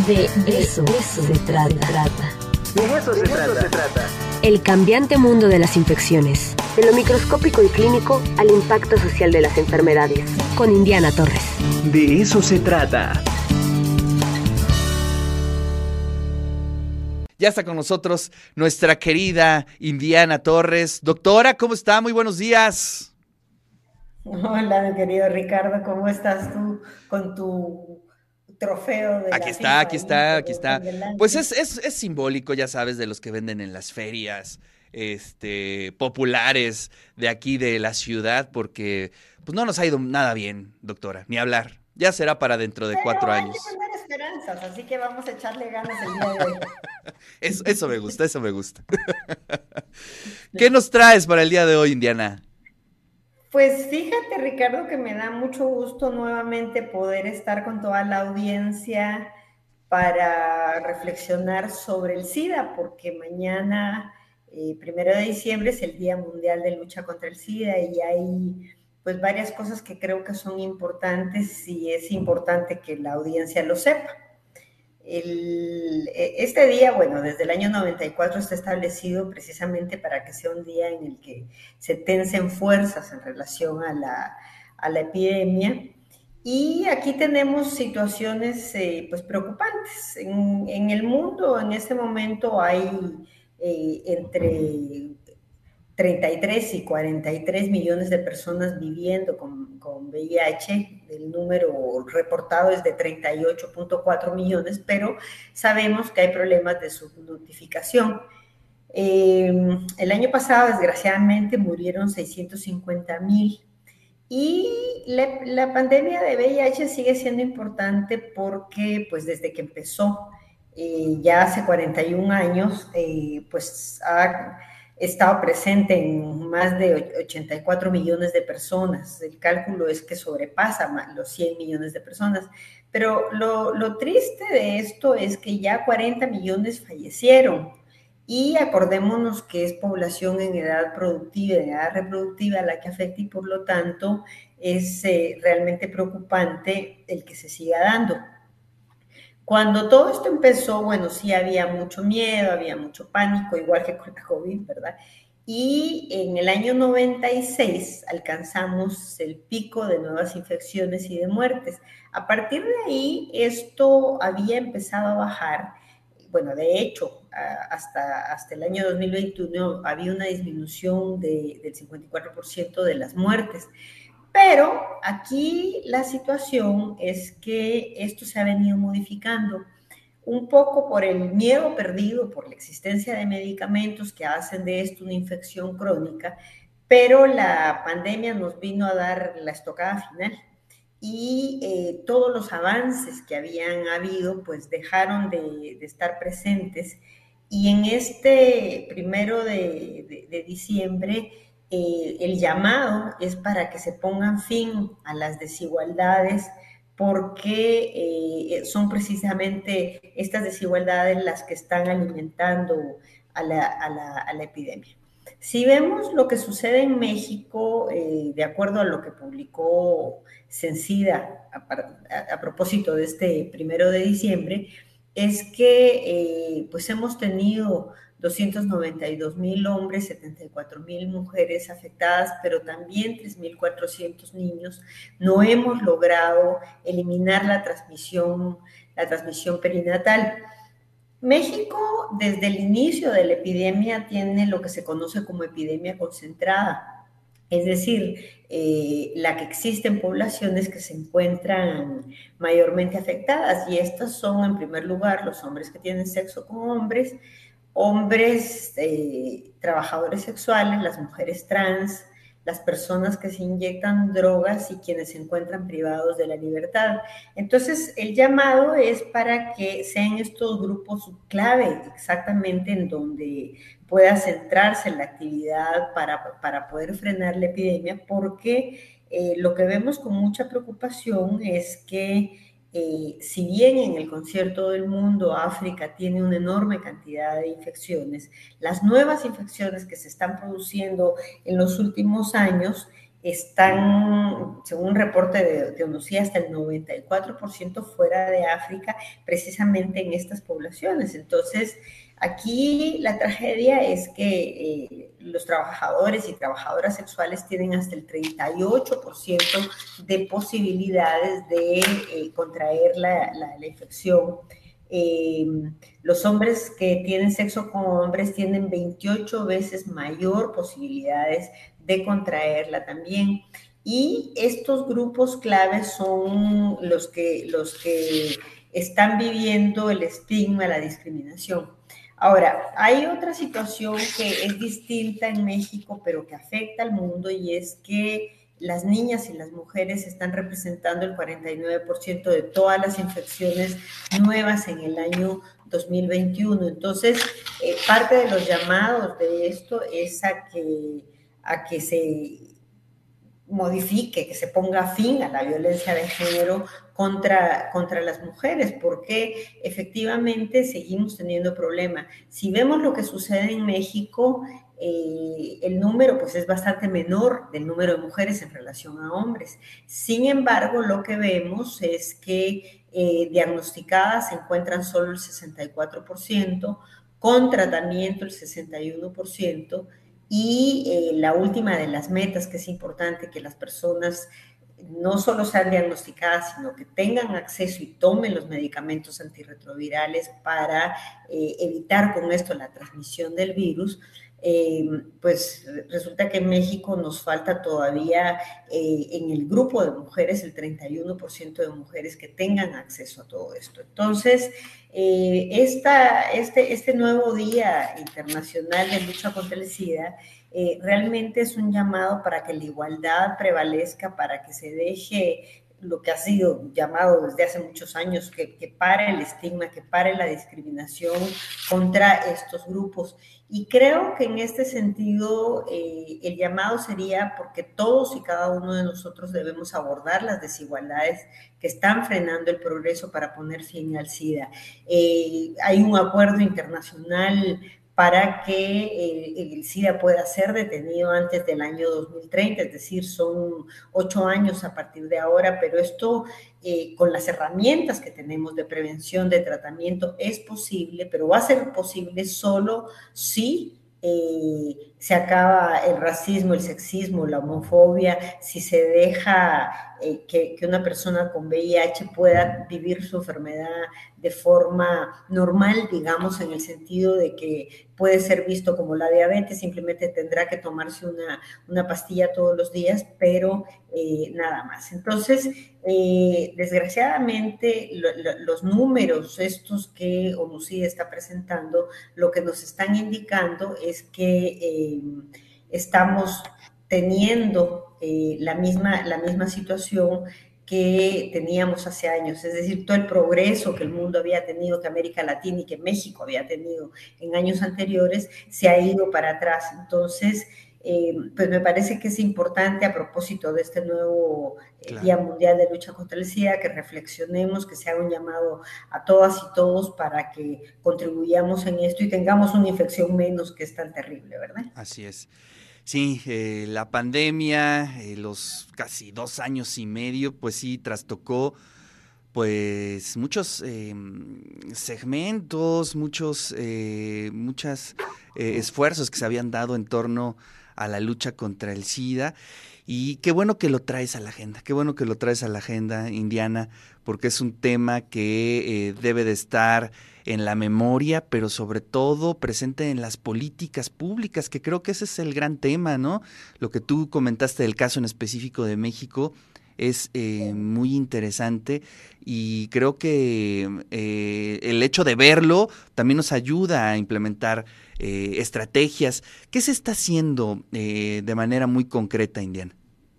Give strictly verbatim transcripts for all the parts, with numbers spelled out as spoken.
De eso, eso se trata. De eso se trata. se trata. El cambiante mundo de las infecciones. De lo microscópico y clínico al impacto social de las enfermedades. Con Indiana Torres. De eso se trata. Ya está con nosotros nuestra querida Indiana Torres. Doctora, ¿cómo está? Muy buenos días. Hola, mi querido Ricardo, ¿cómo estás tú con tu trofeo de Aquí la está, FIFA aquí está, ahí aquí por está. delante? Pues es, es, es simbólico, ya sabes, de los que venden en las ferias este, populares de aquí de la ciudad, porque pues no nos ha ido nada bien, doctora, ni hablar. Ya será para dentro de Pero cuatro hay años. que tener esperanzas, así que vamos a echarle ganas el día de hoy. Eso, eso me gusta, eso me gusta. ¿Qué nos traes para el día de hoy, Indiana? Pues fíjate, Ricardo, que me da mucho gusto nuevamente poder estar con toda la audiencia para reflexionar sobre el SIDA, porque mañana, eh, primero de diciembre, es el Día Mundial de Lucha contra el SIDA y hay pues varias cosas que creo que son importantes y es importante que la audiencia lo sepa. El, este día, bueno, desde el año noventa y cuatro está establecido precisamente para que sea un día en el que se tensen fuerzas en relación a la, a la epidemia. Y aquí tenemos situaciones eh, pues preocupantes. En, en el mundo en este momento hay eh, entre treinta y tres y cuarenta y tres millones de personas viviendo con, con V I H. El número reportado es de treinta y ocho punto cuatro millones, pero sabemos que hay problemas de subnotificación. Eh, el año pasado, desgraciadamente, murieron seiscientos cincuenta mil. Y la, la, pandemia de V I H sigue siendo importante porque, pues, desde que empezó, eh, ya hace cuarenta y un años, eh, pues, ha estado presente en más de ochenta y cuatro millones de personas. El cálculo es que sobrepasa los cien millones de personas. Pero lo, lo triste de esto es que ya cuarenta millones fallecieron. Y acordémonos que es población en edad productiva, en edad reproductiva la que afecta y por lo tanto es eh, realmente preocupante el que se siga dando. Cuando todo esto empezó, bueno, sí había mucho miedo, había mucho pánico, igual que con la COVID, ¿verdad? Y en el año noventa y seis alcanzamos el pico de nuevas infecciones y de muertes. A partir de ahí, esto había empezado a bajar. Bueno, de hecho, hasta, hasta el año dos mil veintiuno había una disminución de, del cincuenta y cuatro por ciento de las muertes. Pero aquí la situación es que esto se ha venido modificando un poco por el miedo perdido, por la existencia de medicamentos que hacen de esto una infección crónica, pero la pandemia nos vino a dar la estocada final. Y eh, todos los avances que habían habido pues dejaron de, de estar presentes y en este primero de, de, de diciembre eh, el llamado es para que se pongan fin a las desigualdades porque eh, son precisamente estas desigualdades las que están alimentando a la, a la, a la epidemia. Si vemos lo que sucede en México, eh, de acuerdo a lo que publicó Cencida a, a, a propósito de este primero de diciembre, es que eh, pues hemos tenido doscientos noventa y dos mil hombres, setenta y cuatro mil mujeres afectadas, pero también tres mil cuatrocientos niños. No hemos logrado eliminar la transmisión, la transmisión perinatal. México, desde el inicio de la epidemia, tiene lo que se conoce como epidemia concentrada, es decir, eh, la que existe en poblaciones que se encuentran mayormente afectadas, y estas son, en primer lugar, los hombres que tienen sexo con hombres, hombres eh, trabajadores sexuales, las mujeres trans, las personas que se inyectan drogas y quienes se encuentran privados de la libertad. Entonces, el llamado es para que sean estos grupos clave exactamente en donde pueda centrarse la actividad para, para poder frenar la epidemia, porque eh, lo que vemos con mucha preocupación es que Eh, si bien en el concierto del mundo África tiene una enorme cantidad de infecciones, las nuevas infecciones que se están produciendo en los últimos años están, según un reporte de, de UNOCIA, hasta el noventa y cuatro por ciento fuera de África, precisamente en estas poblaciones. Entonces, aquí la tragedia es que eh, los trabajadores y trabajadoras sexuales tienen hasta el treinta y ocho por ciento de posibilidades de eh, contraer la, la, la infección. Eh, los hombres que tienen sexo con hombres tienen veintiocho veces mayor posibilidades de contraerla también. Y estos grupos claves son los que, los que están viviendo el estigma, la discriminación. Ahora, hay otra situación que es distinta en México, pero que afecta al mundo, y es que las niñas y las mujeres están representando el cuarenta y nueve por ciento de todas las infecciones nuevas en el año dos mil veintiuno. Entonces, eh, parte de los llamados de esto es a que, a que se modifique, que se ponga fin a la violencia de género contra, contra las mujeres, porque efectivamente seguimos teniendo problemas. Si vemos lo que sucede en México, eh, el número pues es bastante menor del número de mujeres en relación a hombres. Sin embargo, lo que vemos es que eh, diagnosticadas se encuentran solo el sesenta y cuatro por ciento, con tratamiento el sesenta y uno por ciento, y eh, la última de las metas, que es importante que las personas no solo sean diagnosticadas, sino que tengan acceso y tomen los medicamentos antirretrovirales para eh, evitar con esto la transmisión del virus. Eh, pues resulta que en México nos falta todavía eh, en el grupo de mujeres el treinta y uno por ciento de mujeres que tengan acceso a todo esto. Entonces, eh, esta, este, este nuevo Día Internacional de Lucha contra el SIDA eh, realmente es un llamado para que la igualdad prevalezca, para que se deje lo que ha sido llamado desde hace muchos años, que, que pare el estigma, que pare la discriminación contra estos grupos. Y creo que en este sentido eh, el llamado sería porque todos y cada uno de nosotros debemos abordar las desigualdades que están frenando el progreso para poner fin al SIDA. Eh, hay un acuerdo internacional para que el, el SIDA pueda ser detenido antes del año dos mil treinta, es decir, son ocho años a partir de ahora, pero esto eh, con las herramientas que tenemos de prevención, de tratamiento, es posible, pero va a ser posible solo si eh, se acaba el racismo, el sexismo, la homofobia, si se deja eh, que, que una persona con V I H pueda vivir su enfermedad de forma normal, digamos, en el sentido de que puede ser visto como la diabetes, simplemente tendrá que tomarse una, una pastilla todos los días, pero eh, nada más. Entonces, eh, desgraciadamente, lo, lo, los números estos que ONUCIDA está presentando, lo que nos están indicando es que eh, estamos teniendo eh, la, misma, la misma situación que teníamos hace años, es decir, todo el progreso que el mundo había tenido, que América Latina y que México había tenido en años anteriores, se ha ido para atrás. Entonces, eh, pues me parece que es importante a propósito de este nuevo eh, claro. Día Mundial de Lucha contra el SIDA, que reflexionemos, que se haga un llamado a todas y todos para que contribuyamos en esto y tengamos una infección menos, que es tan terrible, ¿verdad? Así es. Sí, eh, la pandemia, eh, los casi dos años y medio, pues sí, trastocó pues muchos eh, segmentos, muchos eh, muchos eh, esfuerzos que se habían dado en torno a la lucha contra el SIDA. Y qué bueno que lo traes a la agenda, qué bueno que lo traes a la agenda, Indiana, porque es un tema que eh, debe de estar en la memoria, pero sobre todo presente en las políticas públicas, que creo que ese es el gran tema, ¿no? Lo que tú comentaste del caso en específico de México es eh, muy interesante y creo que eh, el hecho de verlo también nos ayuda a implementar eh, estrategias. ¿Qué se está haciendo eh, de manera muy concreta, Indiana?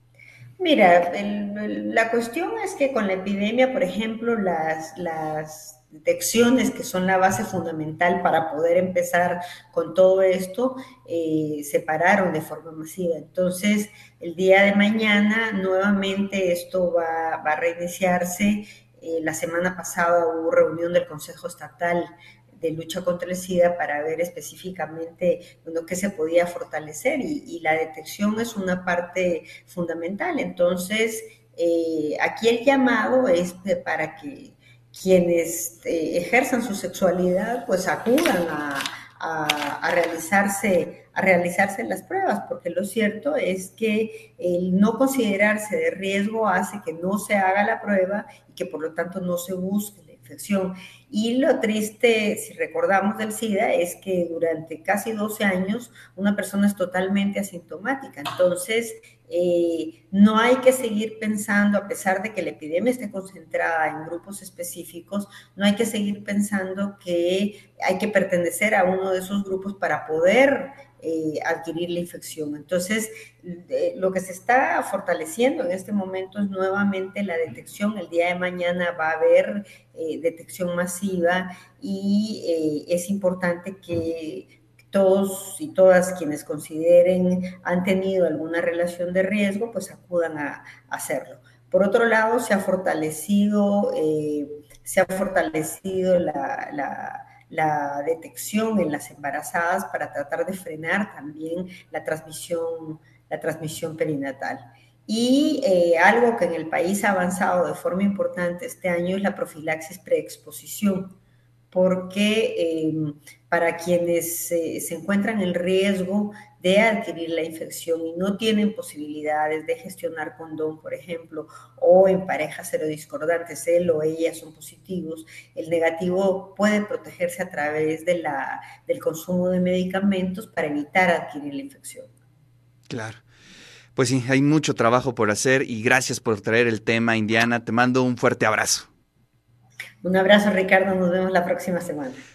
Mira, el, el, la cuestión es que con la epidemia, por ejemplo, las, las detecciones, que son la base fundamental para poder empezar con todo esto, eh, se pararon de forma masiva. Entonces, el día de mañana, nuevamente esto va, va a reiniciarse. Eh, la semana pasada hubo reunión del Consejo Estatal de lucha contra el SIDA para ver específicamente, bueno, qué se podía fortalecer y, y la detección es una parte fundamental. Entonces, eh, aquí el llamado es para que quienes eh, ejerzan su sexualidad pues acudan a, a, a, realizarse, a realizarse las pruebas, porque lo cierto es que el no considerarse de riesgo hace que no se haga la prueba y que por lo tanto no se busque la infección. Y lo triste, si recordamos del SIDA, es que durante casi doce años una persona es totalmente asintomática. Entonces, eh, no hay que seguir pensando, a pesar de que la epidemia esté concentrada en grupos específicos, no hay que seguir pensando que hay que pertenecer a uno de esos grupos para poder eh, adquirir la infección. Entonces, eh, lo que se está fortaleciendo en este momento es nuevamente la detección. El día de mañana va a haber eh, detección masiva y eh, es importante que todos y todas quienes consideren han tenido alguna relación de riesgo, pues acudan a, a hacerlo. Por otro lado, se ha fortalecido, eh, se ha fortalecido la, la, la detección en las embarazadas para tratar de frenar también la transmisión, la transmisión perinatal. Y eh, algo que en el país ha avanzado de forma importante este año es la profilaxis preexposición, porque eh, para quienes eh, se encuentran en riesgo de adquirir la infección y no tienen posibilidades de gestionar condón, por ejemplo, o en parejas serodiscordantes, él o ella son positivos, el negativo puede protegerse a través de la, del consumo de medicamentos para evitar adquirir la infección. Claro. Pues sí, hay mucho trabajo por hacer y gracias por traer el tema, Indiana. Te mando un fuerte abrazo. Un abrazo, Ricardo. Nos vemos la próxima semana.